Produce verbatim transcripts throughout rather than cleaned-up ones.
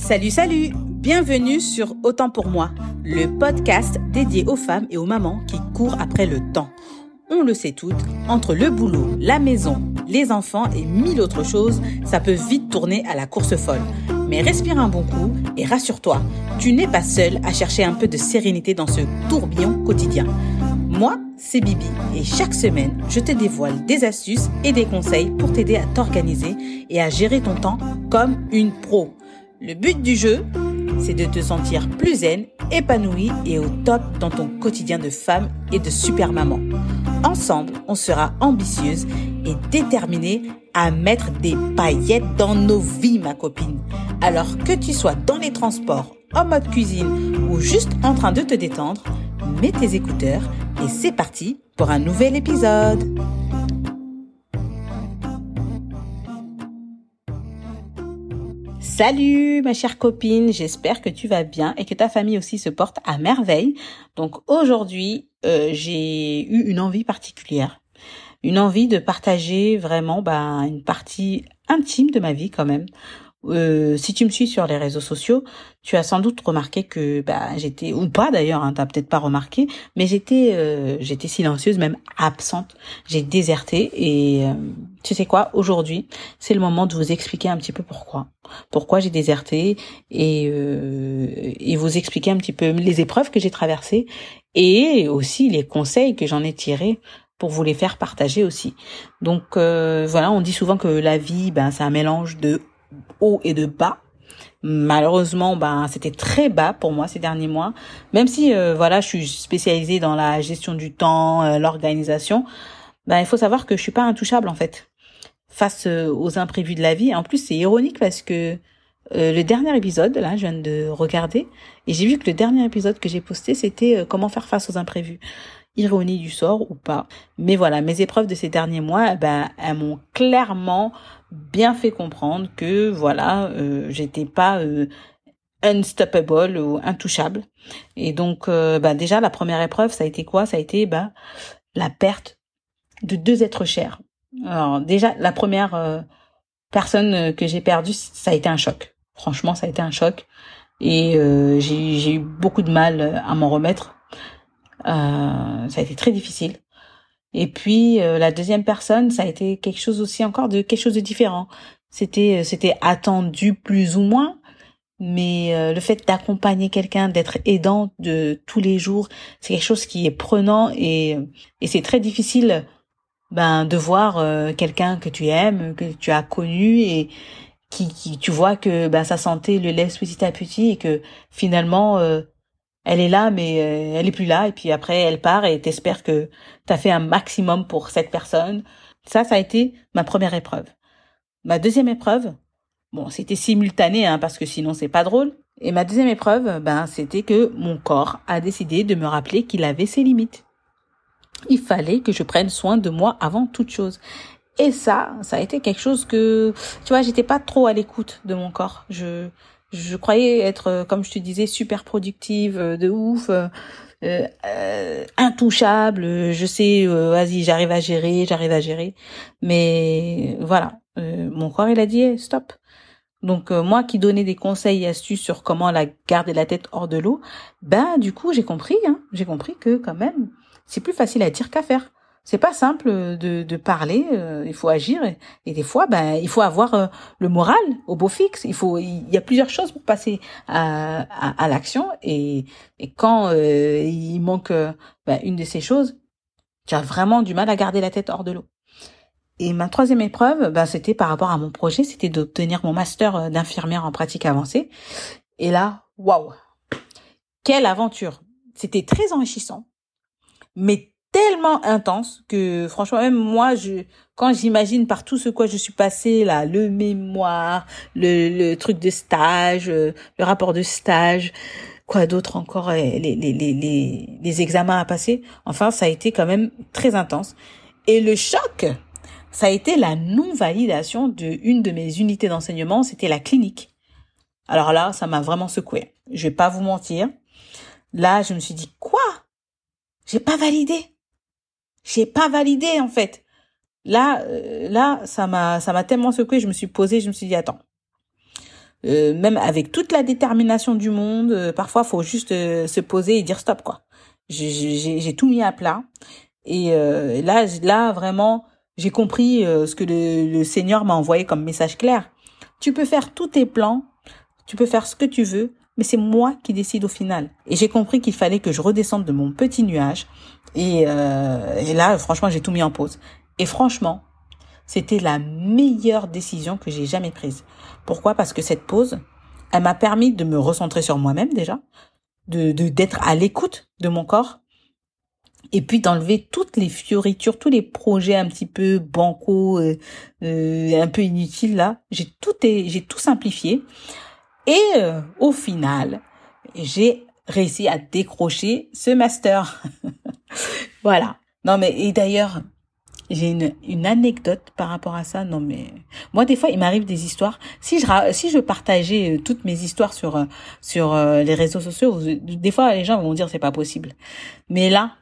Salut, salut! Bienvenue sur Autant pour moi, le podcast dédié aux femmes et aux mamans qui courent après le temps. On le sait toutes, entre le boulot, la maison, les enfants et mille autres choses, ça peut vite tourner à la course folle. Mais respire un bon coup et rassure-toi, tu n'es pas seule à chercher un peu de sérénité dans ce tourbillon quotidien. Moi, c'est Bibi et chaque semaine, je te dévoile des astuces et des conseils pour t'aider à t'organiser et à gérer ton temps comme une pro. Le but du jeu, c'est de te sentir plus zen, épanouie et au top dans ton quotidien de femme et de super maman. Ensemble, on sera ambitieuse et déterminée à mettre des paillettes dans nos vies, ma copine. Alors que tu sois dans les transports, en mode cuisine ou juste en train de te détendre, mets tes écouteurs et c'est parti pour un nouvel épisode. Salut ma chère copine, j'espère que tu vas bien et que ta famille aussi se porte à merveille. Donc aujourd'hui, euh, j'ai eu une envie particulière, une envie de partager vraiment bah, une partie intime de ma vie quand même. Euh, si tu me suis sur les réseaux sociaux, tu as sans doute remarqué que bah j'étais ou pas d'ailleurs, hein, t'as peut-être pas remarqué, mais j'étais euh, j'étais silencieuse, même absente. J'ai déserté et euh, tu sais quoi, aujourd'hui, c'est le moment de vous expliquer un petit peu pourquoi. Pourquoi j'ai déserté et euh, et vous expliquer un petit peu les épreuves que j'ai traversées et aussi les conseils que j'en ai tirés pour vous les faire partager aussi. Donc euh, voilà, on dit souvent que la vie, ben c'est un mélange de haut et de bas. Malheureusement, ben c'était très bas pour moi ces derniers mois. Même si euh, voilà, je suis spécialisée dans la gestion du temps, euh, l'organisation. Ben il faut savoir que je suis pas intouchable en fait face euh, aux imprévus de la vie. En plus, c'est ironique parce que euh, le dernier épisode, là, je viens de regarder et j'ai vu que le dernier épisode que j'ai posté, c'était euh, comment faire face aux imprévus. Ironie du sort ou pas. Mais voilà, mes épreuves de ces derniers mois, ben elles m'ont clairement bien fait comprendre que voilà, euh, j'étais pas euh, unstoppable ou intouchable. Et donc euh, ben déjà la première épreuve, ça a été quoi? Ça a été ben la perte de deux êtres chers. Alors déjà la première euh, personne que j'ai perdue, ça a été un choc. Franchement, ça a été un choc et euh, j'ai j'ai eu beaucoup de mal à m'en remettre. Euh, ça a été très difficile. Et puis euh, la deuxième personne, ça a été quelque chose aussi encore de quelque chose de différent. C'était c'était attendu plus ou moins, mais euh, le fait d'accompagner quelqu'un, d'être aidant de tous les jours, c'est quelque chose qui est prenant et et c'est très difficile ben de voir euh, quelqu'un que tu aimes, que tu as connu et qui qui tu vois que ben sa santé le laisse petit à petit et que finalement euh, elle est là, mais euh, elle est plus là. Et puis après, elle part et t'espères que t'as fait un maximum pour cette personne. Ça, ça a été ma première épreuve. Ma deuxième épreuve, bon, c'était simultané, hein, parce que sinon c'est pas drôle. Et ma deuxième épreuve, ben, c'était que mon corps a décidé de me rappeler qu'il avait ses limites. Il fallait que je prenne soin de moi avant toute chose. Et ça, ça a été quelque chose que, tu vois, j'étais pas trop à l'écoute de mon corps. Je Je croyais être, comme je te disais, super productive, de ouf, euh, euh, intouchable. Je sais, euh, vas-y, j'arrive à gérer, j'arrive à gérer. Mais voilà, euh, mon corps, il a dit hey, stop. Donc euh, moi qui donnais des conseils et astuces sur comment la garder la tête hors de l'eau, ben du coup j'ai compris, hein, j'ai compris que quand même c'est plus facile à dire qu'à faire. C'est pas simple de, de parler, euh, il faut agir et, et des fois, ben il faut avoir euh, le moral au beau fixe. Il faut, il y a plusieurs choses pour passer à, à, à l'action et, et quand euh, il manque euh, ben, une de ces choses, tu as vraiment du mal à garder la tête hors de l'eau. Et ma troisième épreuve, ben c'était par rapport à mon projet, c'était d'obtenir mon master d'infirmière en pratique avancée. Et là, waouh, quelle aventure! C'était très enrichissant, mais tellement intense que franchement même moi je quand j'imagine par tout ce quoi je suis passée là, le mémoire, le le truc de stage, le rapport de stage, quoi d'autre encore, les les les les les examens à passer, enfin ça a été quand même très intense. Et le choc, ça a été la non-validation de une de mes unités d'enseignement, c'était la clinique. Alors là, ça m'a vraiment secouée. Je vais pas vous mentir. Là, je me suis dit quoi? J'ai pas validé. J'ai pas validé en fait. Là, euh, là, ça m'a, ça m'a tellement secoué. Je me suis posée, je me suis dit attends, euh, même avec toute la détermination du monde, euh, parfois faut juste euh, se poser et dire stop quoi. J'ai, j'ai, j'ai tout mis à plat et euh, là, là vraiment, j'ai compris euh, ce que le, le Seigneur m'a envoyé comme message clair. Tu peux faire tous tes plans, tu peux faire ce que tu veux, mais c'est moi qui décide au final. Et j'ai compris qu'il fallait que je redescende de mon petit nuage. Et, euh, et là, franchement, j'ai tout mis en pause. Et franchement, c'était la meilleure décision que j'ai jamais prise. Pourquoi? Parce que cette pause, elle m'a permis de me recentrer sur moi-même déjà, de, de d'être à l'écoute de mon corps, et puis d'enlever toutes les fioritures, tous les projets un petit peu bancaux, euh, euh, un peu inutiles là. J'ai tout, j'ai tout simplifié. Et euh, au final, j'ai réussi à décrocher ce master. Voilà. Non mais et d'ailleurs, j'ai une une anecdote par rapport à ça. Non mais moi des fois, il m'arrive des histoires. Si je si je partageais toutes mes histoires sur sur les réseaux sociaux, des fois les gens vont dire c'est pas possible. Mais là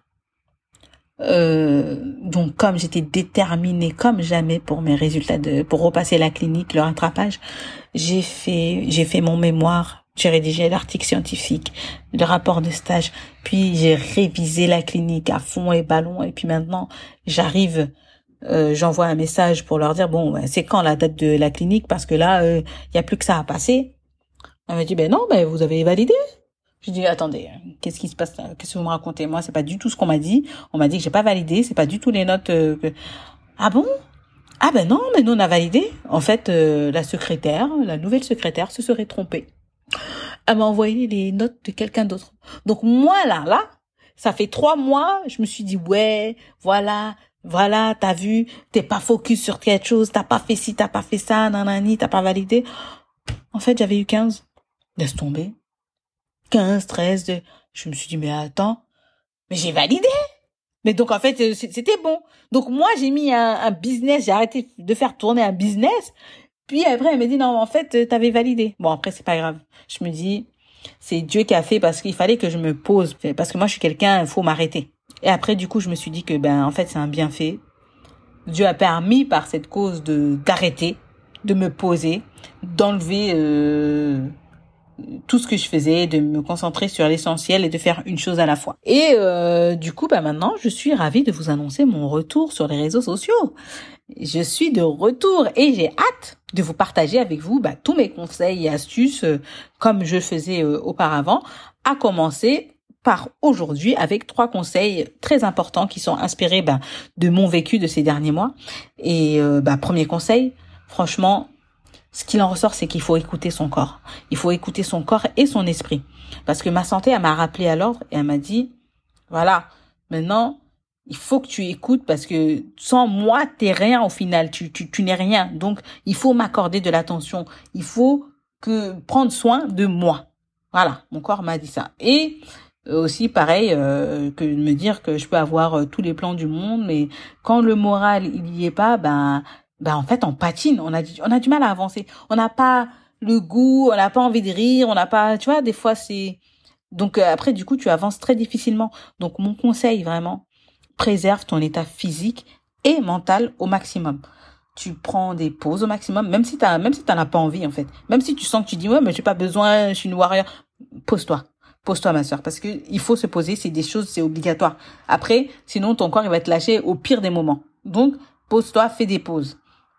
Euh, donc comme j'étais déterminée comme jamais pour mes résultats de pour repasser la clinique, le rattrapage, j'ai fait j'ai fait mon mémoire, j'ai rédigé l'article scientifique, le rapport de stage, puis j'ai révisé la clinique à fond et ballon et puis maintenant j'arrive euh, j'envoie un message pour leur dire bon ben, c'est quand la date de la clinique parce que là il euh, y a plus que ça à passer. Elle m'a dit ben non ben vous avez validé. Je dis attendez, qu'est-ce qui se passe là? Qu'est-ce que vous me racontez? Moi, c'est pas du tout ce qu'on m'a dit. On m'a dit que j'ai pas validé, c'est pas du tout les notes euh, que... Ah bon? Ah ben non, mais nous on a validé. En fait, euh, la secrétaire, la nouvelle secrétaire se serait trompée. Elle m'a envoyé les notes de quelqu'un d'autre. Donc moi là, là, ça fait trois mois, je me suis dit ouais, voilà, voilà, t'as vu, t'es pas focus sur quelque chose, t'as pas fait ci, t'as pas fait ça, nanani, t'as pas validé. En fait, j'avais eu quinze. Laisse tomber. quinze, treize, de... je me suis dit, mais attends, mais j'ai validé. Mais donc, en fait, c'était bon. Donc, moi, j'ai mis un, un business, j'ai arrêté de faire tourner un business. Puis après, elle m'a dit, non, en fait, t'avais validé. Bon, après, c'est pas grave. Je me dis, c'est Dieu qui a fait parce qu'il fallait que je me pose. Parce que moi, je suis quelqu'un, il faut m'arrêter. Et après, du coup, je me suis dit que, ben, en fait, c'est un bienfait. Dieu a permis par cette cause de d'arrêter, de me poser, d'enlever... Euh, tout ce que je faisais, de me concentrer sur l'essentiel et de faire une chose à la fois. Et euh, du coup, bah maintenant, je suis ravie de vous annoncer mon retour sur les réseaux sociaux. Je suis de retour et j'ai hâte de vous partager avec vous bah, tous mes conseils et astuces euh, comme je faisais euh, auparavant, à commencer par aujourd'hui avec trois conseils très importants qui sont inspirés bah, de mon vécu de ces derniers mois. Et euh, bah, premier conseil, franchement, ce qu'il en ressort, c'est qu'il faut écouter son corps. Il faut écouter son corps et son esprit. Parce que ma santé, elle m'a rappelé à l'ordre et elle m'a dit, voilà, maintenant, il faut que tu écoutes parce que sans moi, t'es rien au final. Tu, tu, tu n'es rien. Donc, il faut m'accorder de l'attention. Il faut que prendre soin de moi. Voilà, mon corps m'a dit ça. Et aussi, pareil, euh, que de me dire que je peux avoir euh, tous les plans du monde, mais quand le moral, il y est pas, ben... ben en fait on patine, on a du, on a du mal à avancer, on n'a pas le goût, on n'a pas envie de rire, on n'a pas, tu vois, des fois c'est donc euh, après du coup tu avances très difficilement. Donc mon conseil vraiment, préserve ton état physique et mental au maximum. Tu prends des pauses au maximum, même si t'as même si t'en as pas envie en fait, même si tu sens que tu dis ouais mais j'ai pas besoin, je suis une warrior, pose-toi. Pose-toi ma sœur, parce que il faut se poser, c'est des choses, c'est obligatoire. Après, sinon ton corps il va te lâcher au pire des moments. Donc pose-toi, fais des pauses.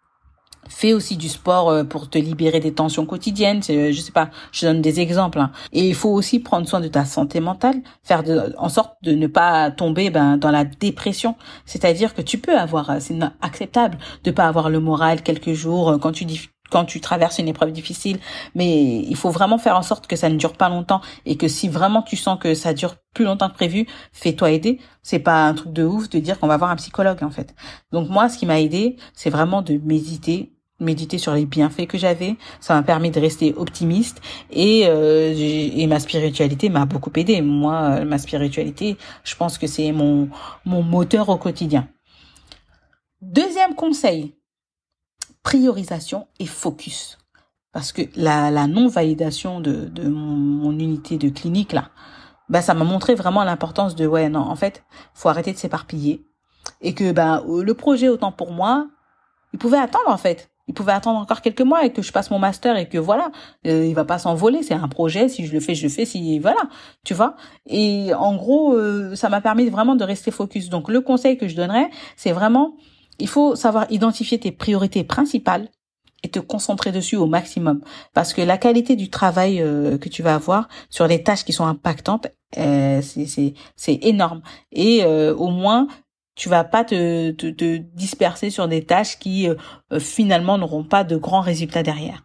Fais aussi du sport pour te libérer des tensions quotidiennes. Je sais pas, je donne des exemples. Hein. Et il faut aussi prendre soin de ta santé mentale, faire de, en sorte de ne pas tomber ben, dans la dépression. C'est-à-dire que tu peux avoir, c'est acceptable de pas avoir le moral quelques jours quand tu dis quand tu traverses une épreuve difficile, mais il faut vraiment faire en sorte que ça ne dure pas longtemps et que si vraiment tu sens que ça dure plus longtemps que prévu, fais-toi aider. C'est pas un truc de ouf de dire qu'on va voir un psychologue en fait. Donc moi, ce qui m'a aidé, c'est vraiment de méditer, méditer sur les bienfaits que j'avais. Ça m'a permis de rester optimiste et euh, et ma spiritualité m'a beaucoup aidé. Moi, ma spiritualité, je pense que c'est mon mon moteur au quotidien. Deuxième conseil. Priorisation et focus. Parce que la, la non-validation de, de mon, mon unité de clinique, là, bah, ça m'a montré vraiment l'importance de, ouais, non, en fait, faut arrêter de s'éparpiller. Et que, bah, le projet, autant pour moi, il pouvait attendre, en fait. il pouvait attendre encore quelques mois et que je passe mon master et que voilà, euh, il va pas s'envoler. C'est un projet. Si je le fais, je le fais. Si voilà, tu vois. Et en gros, euh, ça m'a permis vraiment de rester focus. Donc le conseil que je donnerais, c'est vraiment, il faut savoir identifier tes priorités principales et te concentrer dessus au maximum, parce que la qualité du travail euh, que tu vas avoir sur les tâches qui sont impactantes, euh, c'est c'est c'est énorme. Et euh, au moins tu vas pas te, te te disperser sur des tâches qui euh, finalement n'auront pas de grands résultats derrière.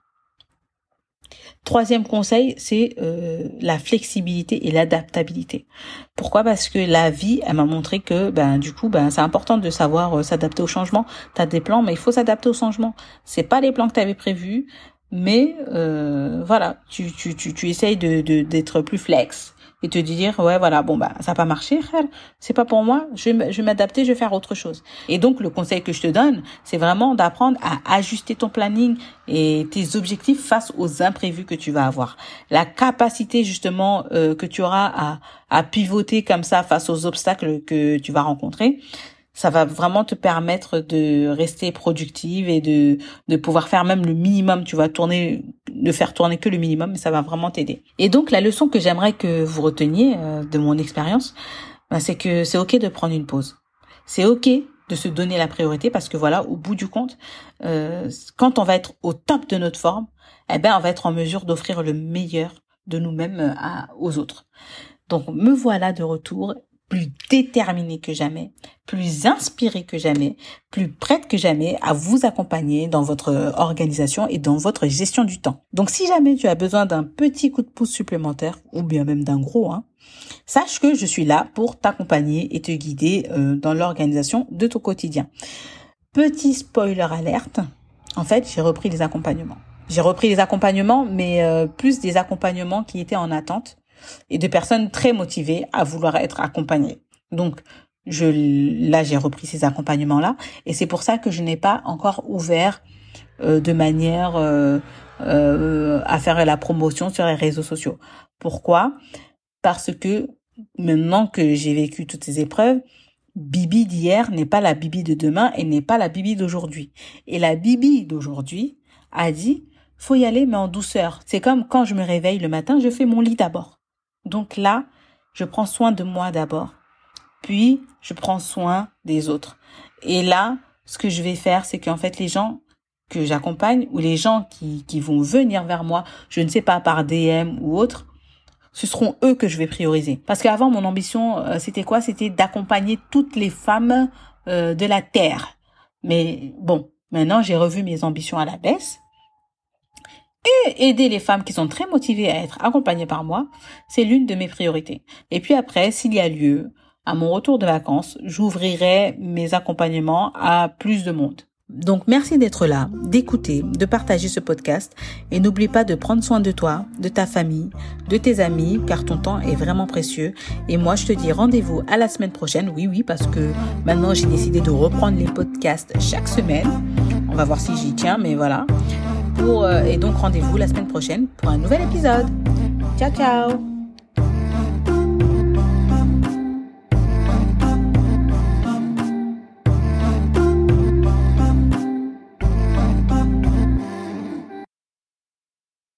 Troisième conseil, c'est euh, la flexibilité et l'adaptabilité. Pourquoi ? Parce que la vie, elle m'a montré que ben du coup, ben c'est important de savoir euh, s'adapter au changement. Tu as des plans, mais il faut s'adapter au changement. C'est pas les plans que tu avais prévus, mais euh, voilà, tu tu tu tu essayes de de d'être plus flex et te dire ouais voilà, bon bah ça a pas marché, c'est pas pour moi, je vais je vais m'adapter, je vais faire autre chose. Et donc le conseil que je te donne, c'est vraiment d'apprendre à ajuster ton planning et tes objectifs face aux imprévus que tu vas avoir. La capacité justement euh, que tu auras à à pivoter comme ça face aux obstacles que tu vas rencontrer, ça va vraiment te permettre de rester productive et de de pouvoir faire même le minimum. Tu vas tourner, ne faire tourner que le minimum, mais ça va vraiment t'aider. Et donc la leçon que j'aimerais que vous reteniez euh, de mon expérience, ben, c'est que c'est ok de prendre une pause. C'est ok de se donner la priorité, parce que voilà, au bout du compte, euh, quand on va être au top de notre forme, eh ben on va être en mesure d'offrir le meilleur de nous-mêmes à, aux autres. Donc me voilà de retour, plus déterminée que jamais, plus inspirée que jamais, plus prête que jamais à vous accompagner dans votre organisation et dans votre gestion du temps. Donc si jamais tu as besoin d'un petit coup de pouce supplémentaire, ou bien même d'un gros, hein, sache que je suis là pour t'accompagner et te guider euh, dans l'organisation de ton quotidien. Petit spoiler alerte, en fait j'ai repris les accompagnements. J'ai repris les accompagnements, mais euh, plus des accompagnements qui étaient en attente, et de personnes très motivées à vouloir être accompagnées. Donc, je, là, j'ai repris ces accompagnements-là, et c'est pour ça que je n'ai pas encore ouvert euh, de manière euh, euh, à faire la promotion sur les réseaux sociaux. Pourquoi ? Parce que maintenant que j'ai vécu toutes ces épreuves, Bibi d'hier n'est pas la Bibi de demain et n'est pas la Bibi d'aujourd'hui. Et la Bibi d'aujourd'hui a dit, faut y aller, mais en douceur. C'est comme quand je me réveille le matin, je fais mon lit d'abord. Donc là, je prends soin de moi d'abord, puis je prends soin des autres. Et là, ce que je vais faire, c'est qu'en fait, les gens que j'accompagne ou les gens qui, qui vont venir vers moi, je ne sais pas, par D M ou autre, ce seront eux que je vais prioriser. Parce qu'avant, mon ambition, euh, c'était quoi ? C'était d'accompagner toutes les femmes euh, de la Terre. Mais bon, maintenant, j'ai revu mes ambitions à la baisse. Et aider les femmes qui sont très motivées à être accompagnées par moi, c'est l'une de mes priorités. Et puis après, s'il y a lieu, à mon retour de vacances, j'ouvrirai mes accompagnements à plus de monde. Donc merci d'être là, d'écouter, de partager ce podcast, et n'oublie pas de prendre soin de toi, de ta famille, de tes amis, car ton temps est vraiment précieux. Et moi je te dis rendez-vous à la semaine prochaine, oui oui, parce que maintenant j'ai décidé de reprendre les podcasts chaque semaine. On va voir si j'y tiens, mais voilà. Pour, euh, et donc rendez-vous la semaine prochaine pour un nouvel épisode. Ciao ciao.